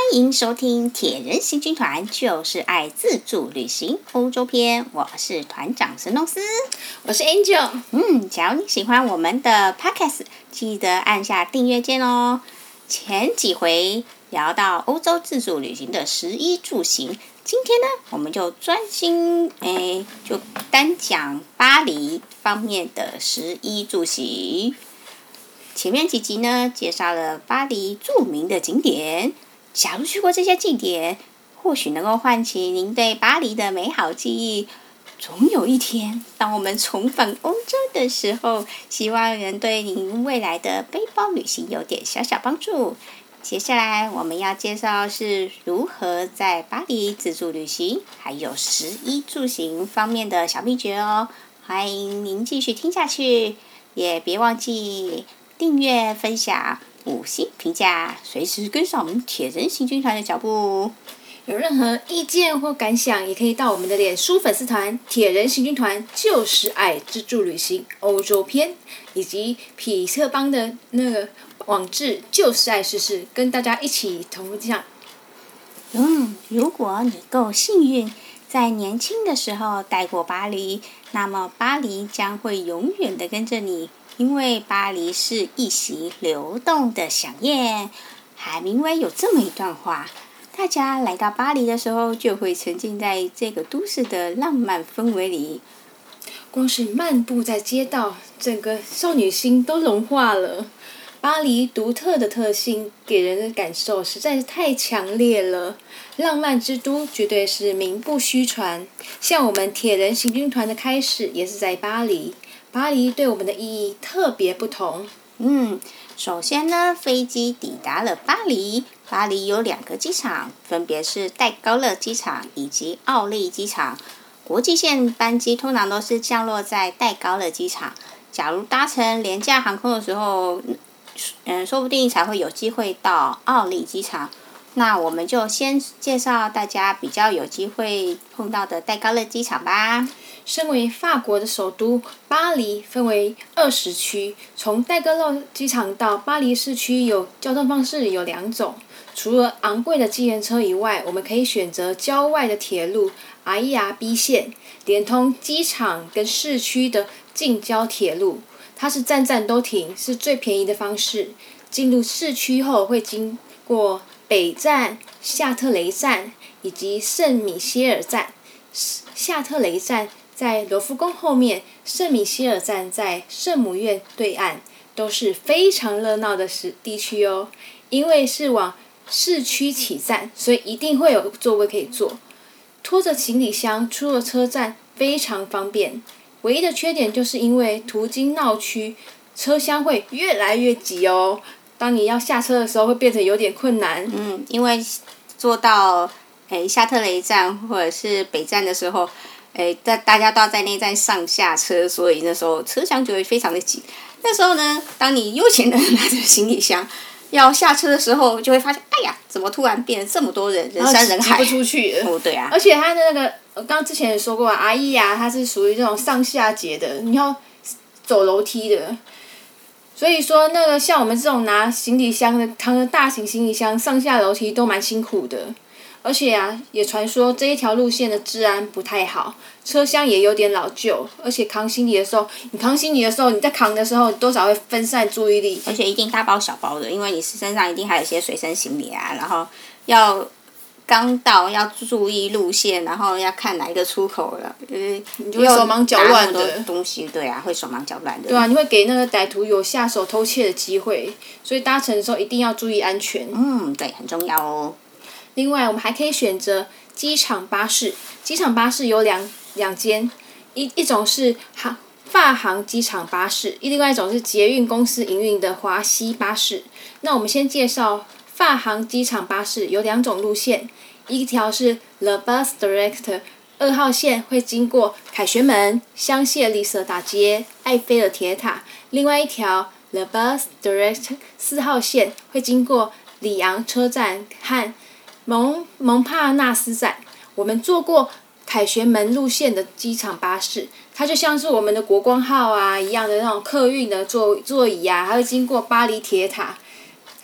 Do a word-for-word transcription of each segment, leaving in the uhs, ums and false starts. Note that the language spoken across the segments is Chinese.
迎收听铁人行军团就是爱自助旅行欧洲篇，我是团长神农斯， 我是 Angel。 嗯，假如你喜欢我们的 Podcast， 记得按下订阅键哦。前几回聊到欧洲自助旅行的食衣住行，今天呢，我们就专心诶，就单讲巴黎方面的食衣住行。前面几集呢，介绍了巴黎著名的景点。假如去过这些景点，或许能够唤起您对巴黎的美好记忆。总有一天，当我们重返欧洲的时候，希望能对您未来的背包旅行有点小小帮助。接下来我们要介绍是如何在巴黎自助旅行，还有食衣住行方面的小秘诀哦。欢迎您继续听下去，也别忘记订阅、分享、五星评价，随时跟上我们铁人行军团的脚步。 有任何意见或感想，也可以到我们的脸书粉丝团“铁人行军团就是爱自助旅行欧洲篇”，以及匹特邦的那个网志“就是爱试试”，跟大家一起同分享。 嗯，如果你够幸运，在年轻的时候待过巴黎，那么巴黎将会永远的跟着你。因为巴黎是一席流动的飨宴。海明威有这么一段话：大家来到巴黎的时候，就会沉浸在这个都市的浪漫氛围里。 光是漫步在街道，整个少女心都融化了。巴黎独特的特性给人的感受实在是太强烈了，浪漫之都绝对是名不虚传。像我们铁人行军团的开始也是在巴黎。巴黎对我们的意义特别不同。 嗯，首先呢，飞机抵达了巴黎。巴黎有两个机场，分别是戴高乐机场以及奥利机场。国际线班机通常都是降落在戴高乐机场。假如搭乘廉价航空的时候，嗯，说不定才会有机会到奥利机场。那我们就先介绍大家比较有机会碰到的戴高乐机场吧。 身为法国的首都，巴黎分为二十区。从戴高乐机场到巴黎市区有交通方式有两种，除了昂贵的计程车以外，我们可以选择郊外的铁路 R E R B 线，连通机场跟市区的近郊铁路。它是站站都停，是最便宜的方式。进入市区后会经过北站、夏特雷站以及圣米歇尔站。夏特雷站在罗浮宫后面，圣米歇尔站在圣母院对岸，都是非常热闹的地区哦。因为是往市区起站，所以一定会有座位可以坐。拖着行李箱出了车站非常方便，唯一的缺点就是因为途经闹区，车厢会越来越挤哦。当你要下车的时候，会变成有点困难。 嗯，因为坐到诶夏特雷站或者是北站的时候，诶大大家都要在那站上下车，所以那时候车厢就会非常的挤。那时候呢，当你悠闲的拿着行李箱要下车的时候，就会发现，哎呀，怎么突然变成这么多人，人山人海， 挤不出去了。 哦，对啊。 而且它的那个，我刚之前也说过啊，R E啊，它是属于这种上下节的，你要走楼梯的。所以说，那个像我们这种拿行李箱的，扛着大型行李箱上下楼梯都蛮辛苦的。而且啊，也传说这一条路线的治安不太好，车厢也有点老旧，而且扛行李的时候，你扛行李的时候，你在扛的时候多少会分散注意力。 而且一定大包小包的，因为你身上一定还有一些随身行李啊，然后要刚到要注意路线，然后要看哪一个出口了，呃， 你就会手忙脚乱的东西，对啊，会手忙脚乱的。 对啊，你会给那个歹徒有下手偷窃的机会，所以搭乘的时候一定要注意安全。 嗯，对，很重要哦。 另外，我们还可以选择机场巴士。机场巴士有两两间，一一种是航法航机场巴士，另外一种是捷运公司营运的华西巴士。那我们先介绍法航机场巴士，有两种路线，一条是 The Bus Direct 二号线会经过凯旋门、香榭丽舍大街、埃菲尔铁塔，另外一条 The Bus Direct 四号线会经过里昂车站和蒙蒙帕纳斯站。我们坐过凯旋门路线的机场巴士，它就像是我们的国光号啊一样的那种客运的座座椅啊，还会经过巴黎铁塔。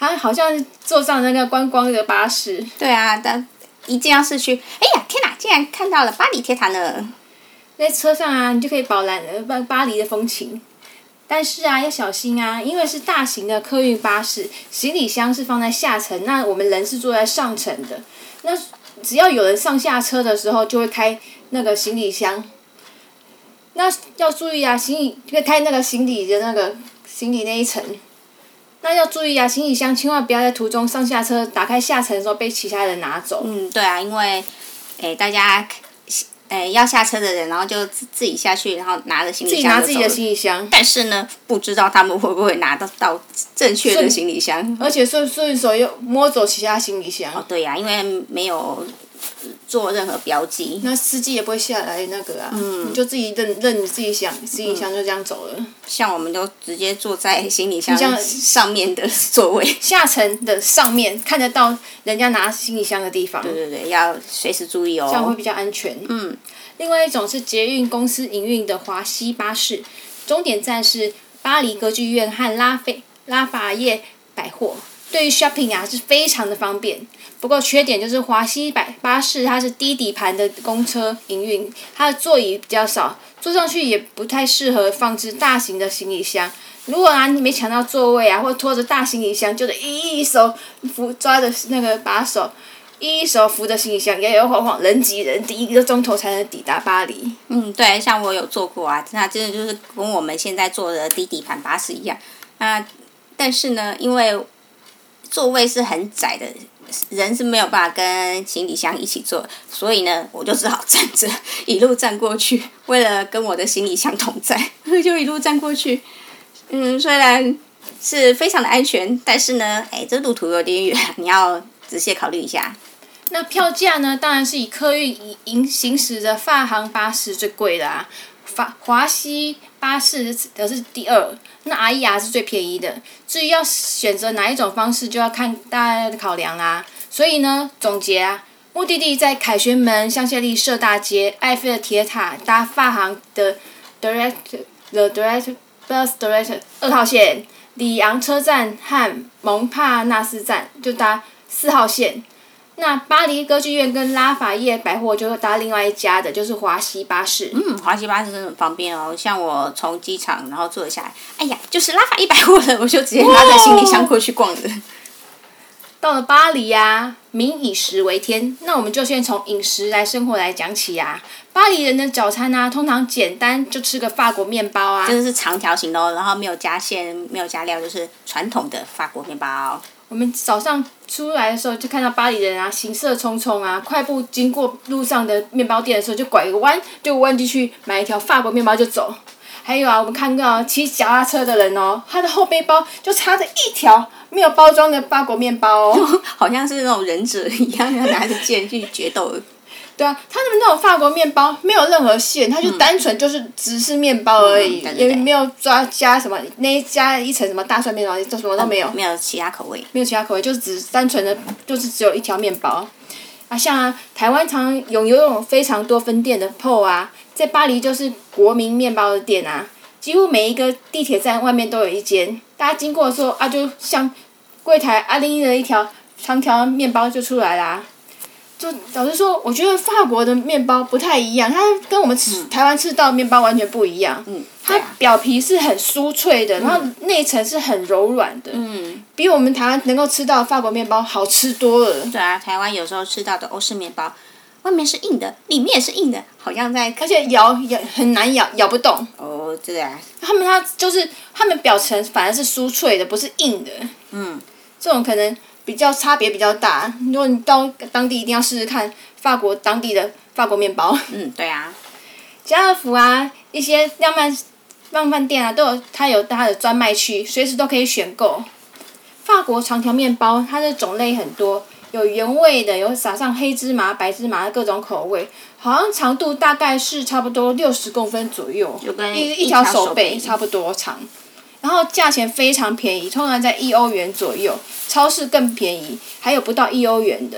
他好像坐上那个观光的巴士。 对啊，但一进到市区，哎呀，天哪，竟然看到了巴黎铁塔呢！ 在车上啊，你就可以饱览巴巴黎的风情。但是啊，要小心啊，因为是大型的客运巴士，行李箱是放在下层，那我们人是坐在上层的。那只要有人上下车的时候，就会开那个行李箱。那要注意啊，行李会开那个行李的那个行李那一层。那要注意啊，行李箱千万不要在途中上下车打开下层的时候被其他人拿走。 嗯，对啊，因为诶大家。诶，要下车的人，然后就自自己下去，然后拿着行李箱自己拿自己的行李箱。 但是呢，不知道他们会不会拿得到正确的行李箱。 而且顺顺手又摸走其他行李箱。 哦，对呀、啊，因为没有做任何标记。 那司机也不会下来那个啊， 嗯、 你就自己认认你自己想，行李箱就这样走了。 像我们都直接坐在行李箱上面的座位， 下层的上面看得到人家拿行李箱的地方。 对对对，要随时注意哦。 这样会比较安全。 嗯。 另外一种是捷运公司营运的华西巴士，终点站是巴黎歌剧院和拉菲拉法叶百货。对于 shopping 啊是非常的方便，不过缺点就是华西百巴士它是低底盘的公车营运，它的座椅比较少，坐上去也不太适合放置大型的行李箱。如果啊你没抢到座位啊，或拖着大行李箱，就得一手扶抓着那个把手。一手扶着行李箱，摇摇晃晃，人挤人，一个钟头才能抵达巴黎。 嗯，对，像我有坐过啊，那真的就是跟我们现在坐的低底盘巴士一样。啊，但是呢，因为座位是很窄的，人是没有办法跟行李箱一起坐，所以呢，我就只好站着，一路站过去。为了跟我的行李箱同在，就一路站过去。嗯，虽然是非常的安全，但是呢，哎，这路途有点远，你要仔细考虑一下。 那票价呢？当然是以客运营行驶的法航巴士最贵的啊，法华西巴士则是第二，那 R E R 是最便宜的。至于要选择哪一种方式，就要看大家的考量啦。所以呢，总结啊，目的地在凯旋门、香榭丽舍大街、埃菲尔铁塔，搭法航的 Direct the Direct Bus Direct 二号线，里昂车站和蒙帕纳斯站就搭四号线。那巴黎歌剧院跟拉法叶百货就搭另外一家的，就是华西巴士。 嗯，华西巴士真的很方便哦。像我从机场然后坐下来，哎呀，就是拉法叶百货了，我就直接拿着行李箱过去逛的。 到了巴黎呀、啊，民以食为天，那我们就先从饮食来生活来讲起呀、啊。巴黎人的早餐啊，通常简单，就吃个法国面包啊。 真的是长条形的哦，然后没有加馅，没有加料，就是传统的法国面包。 我们早上出来的时候，就看到巴黎人啊，行色匆匆啊，快步经过路上的面包店的时候，就拐个弯，就弯进去买一条法国面包就走。还有啊，我们看到骑脚踏车的人哦，他的后背包就插着一条没有包装的法国面包哦， 好像是那种忍者一样，要拿着剑去决斗。 对啊，他们那种法国面包没有任何馅，它就单纯就是只是面包而已， 嗯对对对也没有抓加什么那加一层什么大蒜面包，这什么都没有， 没有其他口味， 没有其他口味，就是只单纯的就是只有一条面包。啊，像啊，台湾常有有种非常多分店的 P O 啊，在巴黎就是国民面包的店啊，几乎每一个地铁站外面都有一间，大家经过的时候啊，就像柜台啊拎了一条长条面包就出来啦。就老实说，我觉得法国的面包不太一样，它跟我们吃、嗯、台湾吃到的面包完全不一样。 嗯， 它表皮是很酥脆的，嗯、然后内层是很柔软的。 嗯， 比我们台湾能够吃到的法国面包好吃多了。 对啊，台湾有时候吃到的欧式面包，外面是硬的，里面也是硬的，好像在。 而且咬咬很难咬，咬不动。 哦，对啊。 他们它就是他们表层反而是酥脆的，不是硬的。 嗯。 这种可能。比较差别比较大，如果你到当地一定要试试看法国当地的法国面包。 嗯，对啊。 家乐福啊，一些量贩量贩店啊，都有它有它的专卖区，随时都可以选购。法国长条面包，它的种类很多，有原味的，有撒上黑芝麻、白芝麻的各种口味，好像长度大概是差不多六十公分左右，一一条手背差不多长。然后价钱非常便宜，通常在一欧元左右，超市更便宜，还有不到一欧元的。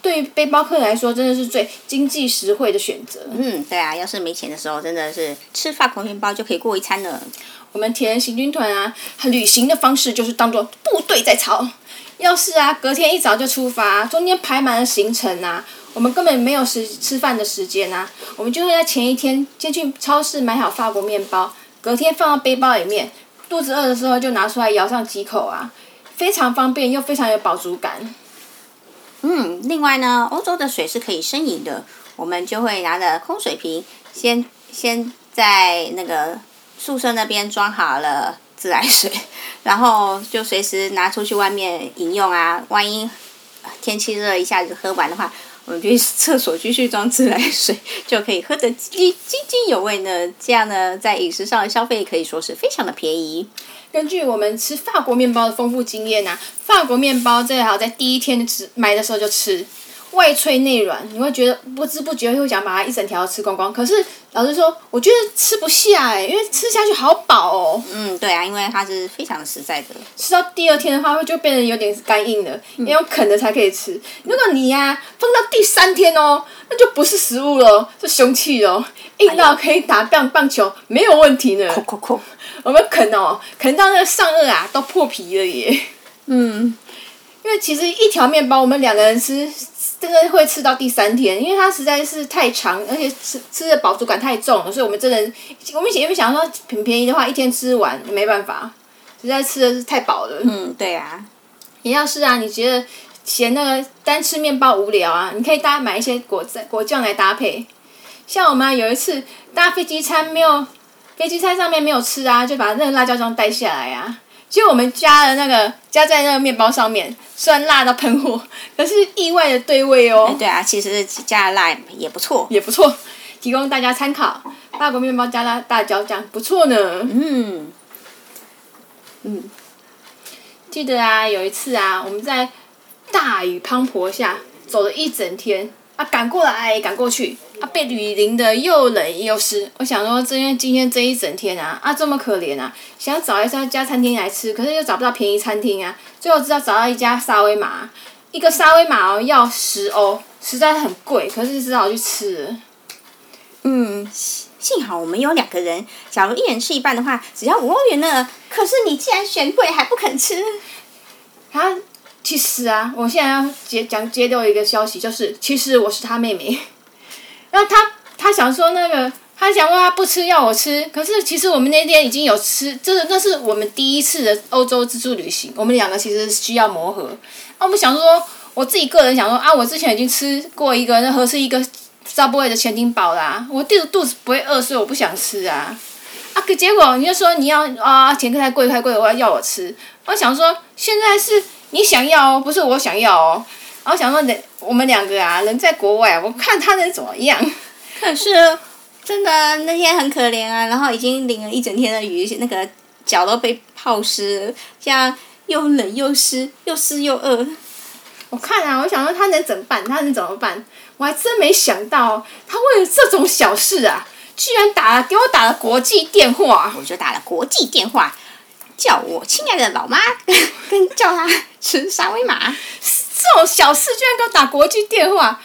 对于背包客来说，真的是最经济实惠的选择。 嗯，对啊，要是没钱的时候，真的是吃法国面包就可以过一餐了。 我们铁人行军团啊，旅行的方式就是当做部队在操。要是啊，隔天一早就出发，中间排满了行程啊，我们根本没有时吃饭的时间啊，我们就会在前一天先去超市买好法国面包，隔天放到背包里面，肚子饿的时候就拿出来咬上几口啊，非常方便又非常有饱足感。 嗯，另外呢，欧洲的水是可以生饮的，我们就会拿着空水瓶，先先在那个宿舍那边装好了自来水，然后就随时拿出去外面饮用啊。万一天气热一下子喝完的话，我们就去厕所继续装自来水，就可以喝得津津津有味呢。这样呢，在饮食上的消费可以说是非常的便宜。 根据我们吃法国面包的丰富经验啊，法国面包最好在第一天吃买的时候就吃，外脆内软，你会觉得不知不觉会想把它一整条吃光光。可是老实说，我觉得吃不下哎、欸，因为吃下去好饱哦。 嗯，对啊，因为它是非常的实在的。 吃到第二天的话，会就变得有点干硬了，要用啃的才可以吃。如果你呀、啊、放到第三天哦，那就不是食物了，是凶器哦，硬到可以打棒棒球没有问题呢。 扣扣扣。 我们啃哦，啃到那个上颚啊都破皮了耶。 嗯， 因为其实一条面包我们两个人吃，真的会吃到第三天，因为它实在是太长，而且吃吃的饱足感太重了，所以我们真的，我们因为想说很便宜的话，一天吃完没办法，实在吃的是太饱了。 嗯，对啊。 也要是啊，你觉得嫌那个单吃面包无聊啊，你可以大家买一些果果酱来搭配。像我们、啊、有一次搭飞机餐没有。飞机餐上面没有吃啊，就把那个辣椒酱带下来啊。结果我们加了那个加在那个面包上面，虽然辣到喷火，可是意外的对味哦。 对啊，其实加了辣也不错， 也不错，提供大家参考。法国面包加辣辣椒酱不错呢。 嗯嗯， 记得啊，有一次啊，我们在大雨滂沱下走了一整天。啊，赶过来，赶过去，啊，被雨淋得又冷又湿。我想说，今天今天这一整天啊，啊这么可怜啊，想找一家餐厅来吃，可是又找不到便宜餐厅啊。最后知道找到一家沙威玛，一个沙威玛哦要十欧，实在很贵，可是只好去吃了。 嗯，幸好我们有两个人，假如一人吃一半的话，只要五欧元呢。可是你既然嫌贵还不肯吃， 啊。其实啊，我现在要接讲揭露一个消息，就是其实我是他妹妹。然后他他想说那个，他想说他不吃要我吃，可是其实我们那天已经有吃，这那是我们第一次的欧洲自助旅行，我们两个其实需要磨合。啊，我们想说，我自己个人想说啊，我之前已经吃过一个那合适一个 Subway 的前丁堡啦，我肚子肚子不会饿，所以我不想吃啊。啊，可结果你就说你要啊，钱太贵太贵，我要要我吃。我想说现在是。你想要哦，不是我想要哦。然后想说，人我们两个啊，人在国外，我看他能怎么样。 可是真的那天很可怜啊，然后已经淋了一整天的雨，那个脚都被泡湿了，这样又冷又湿，又湿又饿。 我看啊，我想说他能怎么办？他能怎么办？我还真没想到，他为了这种小事啊，居然打了给我打了国际电话。 我就打了国际电话。叫我亲爱的老妈跟叫她吃沙威玛， 这种小事居然给我打国际电话。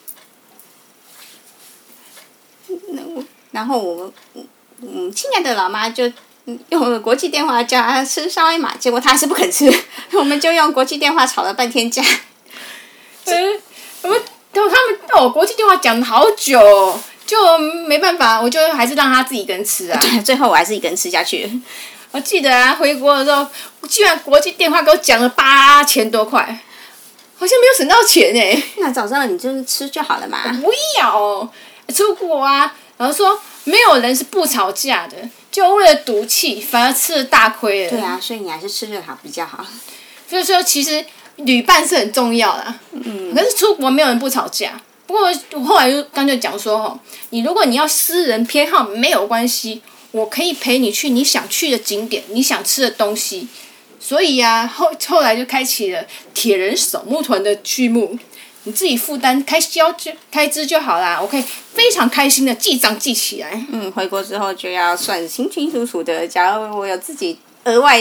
然后我们，嗯，亲爱的老妈就用了国际电话叫她吃沙威玛，结果她还是不肯吃，我们就用国际电话吵了半天架。 嗯，我们他们哦，国际电话讲了好久、哦，就没办法，我就还是让他自己一个人吃啊。 对，最后我还是一个人吃下去。 我记得啊，回国的时候，居然国际电话给我讲了八千多块，好像没有省到钱哎。 那早知道你就是吃就好了嘛。 不要、哦，出国啊，然后说没有人是不吵架的，就为了赌气，反而吃了大亏了。 对啊，所以你还是吃就好比较好。 所以说，其实旅伴是很重要的。嗯。可是出国没有人不吵架。不过我后来就刚才讲说吼，你如果你要私人偏好没有关系。我可以陪你去你想去的景点，你想吃的东西，所以呀、啊，后后来就开启了铁人扫墓团的序幕。你自己负担开销就开支就好啦，我可以非常开心的记账记起来。 嗯，回国之后就要算清清楚楚的。假如我有自己额外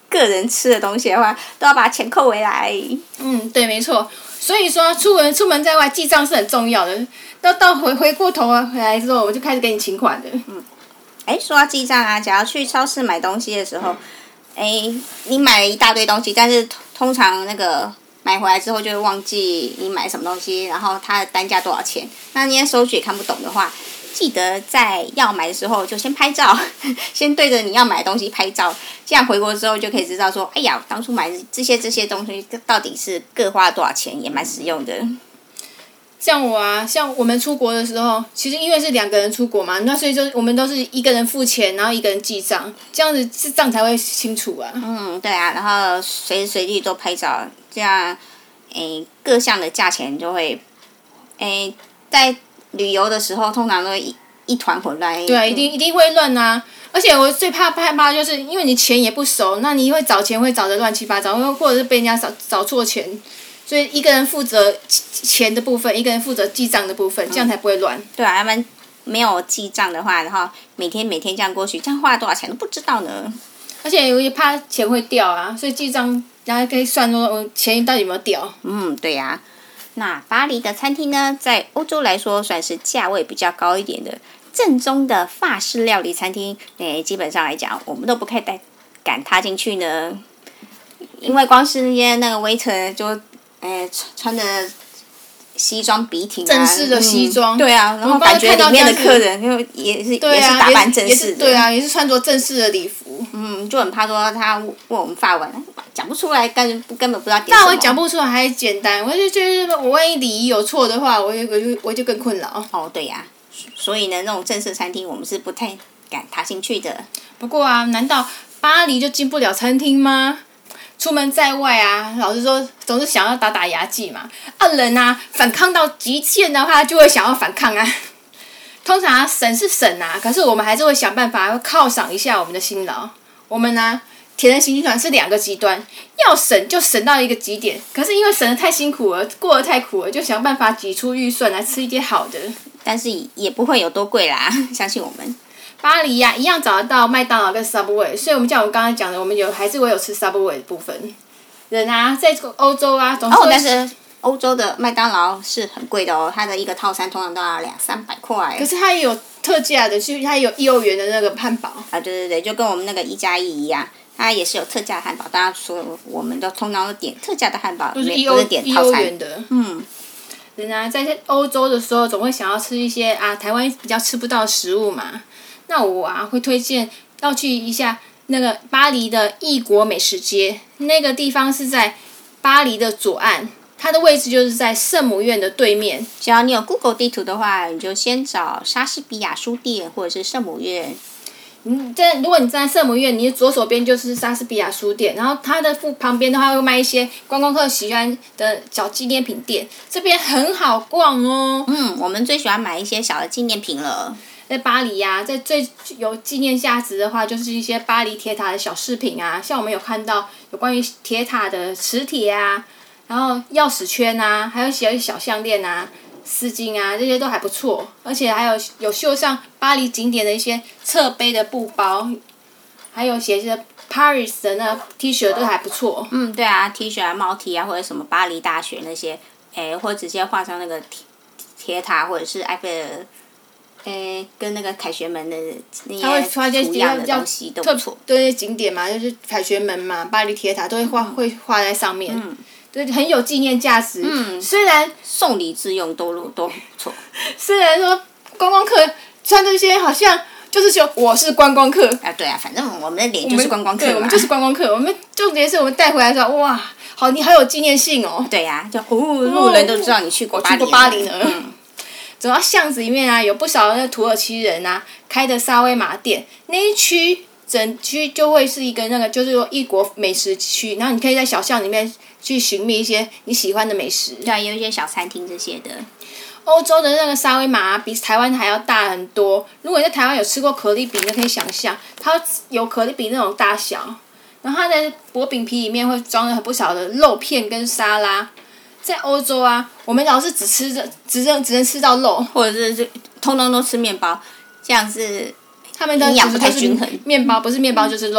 个人吃的东西的话，都要把钱扣回来。 嗯，对，没错。所以说，出门出门在外，记账是很重要的。到到回回过头啊，回来之后，我就开始给你请款的。 嗯。哎，说到记账啊，假如去超市买东西的时候，哎，你买了一大堆东西，但是通常那个买回来之后就会忘记你买什么东西，然后它的单价多少钱。那你收据也看不懂的话，记得在要买的时候就先拍照，先对着你要买的东西拍照，这样回国之后就可以知道说，哎呀，当初买这些这些东西到底是各花了多少钱，也蛮实用的。 像我啊，像我们出国的时候，其实因为是两个人出国嘛，那所以就我们都是一个人付钱，然后一个人记账，这样子账才会清楚啊。 嗯，对啊，然后随时随地都拍照，这样，诶，各项的价钱就会，诶，在旅游的时候通常都会一一团混乱。 对啊，一定一定会乱啊！而且我最怕害怕就是因为你钱也不熟，那你会找钱会找得乱七八糟，或者是被人家找找错钱。所以一个人负责钱的部分，一个人负责记账的部分，这样才不会乱。 嗯、对啊，要不然没有记账的话，然后每天每天这样过去，这样花了多少钱都不知道呢。 而且也怕钱会掉啊，所以记账然后可以算说钱到底有没有掉。 嗯，对呀、啊。那巴黎的餐厅呢，在欧洲来说算是价位比较高一点的正宗的法式料理餐厅。诶，基本上来讲，我们都不太敢踏进去呢，因为光是那些那个 waiter 就。哎，穿着西装笔挺啊， 正式的西装、 嗯，对啊，然后感觉里面的客人就也是、 啊、 也是打扮正式的， 对啊，也是穿着正式的礼服。 嗯，就很怕说他问我们法文讲不出来，根根本不知道点什么。 法文讲不出来还简单，我就觉得我万一礼仪有错的话，我就我就我就更困扰。 哦，对呀、啊，所以呢，那种正式餐厅我们是不太敢踏进去的。 不过啊，难道巴黎就进不了餐厅吗？出门在外啊，老实说，总是想要打打牙祭嘛。啊，人啊，反抗到极限的话，就会想要反抗啊。通常啊，省是省啊，可是我们还是会想办法犒赏一下我们的辛劳。我们呢、啊，铁人行军团是两个极端，要省就省到一个极点，可是因为省得太辛苦了，过得太苦了，就想办法挤出预算来吃一些好的。 但是也不会有多贵啦，相信我们。 巴黎呀、啊，一样找得到麦当劳跟 Subway， 所以我们像我们刚才讲的，我们有还是会有吃 Subway 的部分。人啊，在欧洲啊，总是哦，但是欧洲的麦当劳是很贵的哦，它的一个套餐通常都要两三百块。 可是它也有特价的，就是它有一欧元的那个汉堡。 啊，对对对，就跟我们那个一加一一样，它也是有特价汉堡，大家说我们都通常都点特价的汉堡， 都是一欧一欧元的。 嗯。 人啊，在欧洲的时候，总会想要吃一些啊台湾比较吃不到的食物嘛。那我啊会推荐要去一下那个巴黎的异国美食街，那个地方是在巴黎的左岸，它的位置就是在圣母院的对面。 只要你有 Google 地图的话，你就先找莎士比亚书店或者是圣母院。 嗯，在如果你站在圣母院，你的左手边就是莎士比亚书店，然后它的附旁边的话会卖一些观光客喜欢的小纪念品店，这边很好逛哦。 嗯，我们最喜欢买一些小的纪念品了。 在巴黎呀、啊，在最有纪念价值的话，就是一些巴黎铁塔的小饰品啊，像我们有看到有关于铁塔的磁铁啊，然后钥匙圈啊，还有一些小项链啊、丝巾啊，这些都还不错，而且还有有绣上巴黎景点的一些侧背的布包，还有写着 Paris 的那 T 恤都还不错。 嗯，对啊 ，T 恤啊、帽 T 啊，或者什么巴黎大学那些，诶，或者直接画上那个铁铁塔，或者是埃菲尔。诶，跟那个凯旋门的那些图样的东西都不错。 对，景点嘛，就是凯旋门嘛，巴黎铁塔都会画、嗯、会画在上面，嗯，对，很有纪念价值。嗯，虽然送礼自用都都不错。 虽然说观光客穿这些好像就是说我是观光客。 啊，对啊，反正我们的脸就是观光客嘛。 对，我们就是观光客。我们重点是我们带回来的时候，哇，好，你好有纪念性哦。 对呀、啊，就哦，路人都知道你去过巴黎。 我去过巴黎呢。嗯。走到巷子里面啊，有不少那土耳其人啊开的沙威玛店，那一区整区就会是一个那个就是说异国美食区，然后你可以在小巷里面去寻觅一些你喜欢的美食。 对，有一些小餐厅这些的。 欧洲的那个沙威玛、啊、比台湾还要大很多。如果你在台湾有吃过可丽饼，就可以想象它有可丽饼那种大小，然后它的薄饼皮里面会装了很不少的肉片跟沙拉。在欧洲啊，我们老是只吃着，只能只能吃到肉， 或者是就通通都吃面包，这样子他们的营养不太均衡。 面包不是面包就是肉，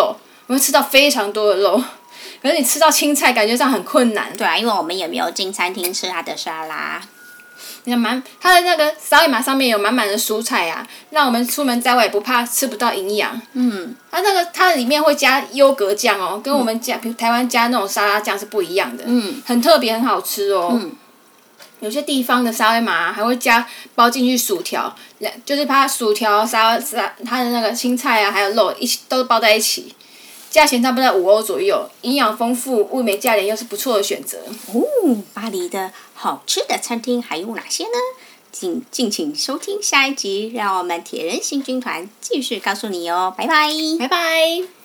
我们会吃到非常多的肉。可是你吃到青菜，感觉上很困难。 对啊，因为我们也没有进餐厅吃它的沙拉。 你看满它的那个沙威玛上面有满满的蔬菜啊，让我们出门在外也不怕吃不到营养。 嗯， 它那个它里面会加优格酱哦，跟我们加、嗯、台湾加那种沙拉酱是不一样的。 嗯， 很特别，很好吃哦。 嗯， 有些地方的沙威玛还会加包进去薯条，就是把薯条、沙沙它的那个青菜啊，还有肉一起都包在一起。价钱差不多五欧左右，营养丰富，物美价廉，又是不错的选择。 哦，巴黎的好吃的餐厅还有哪些呢？敬敬请收听下一集，让我们铁人行军团继续告诉你哦，拜拜， 拜拜。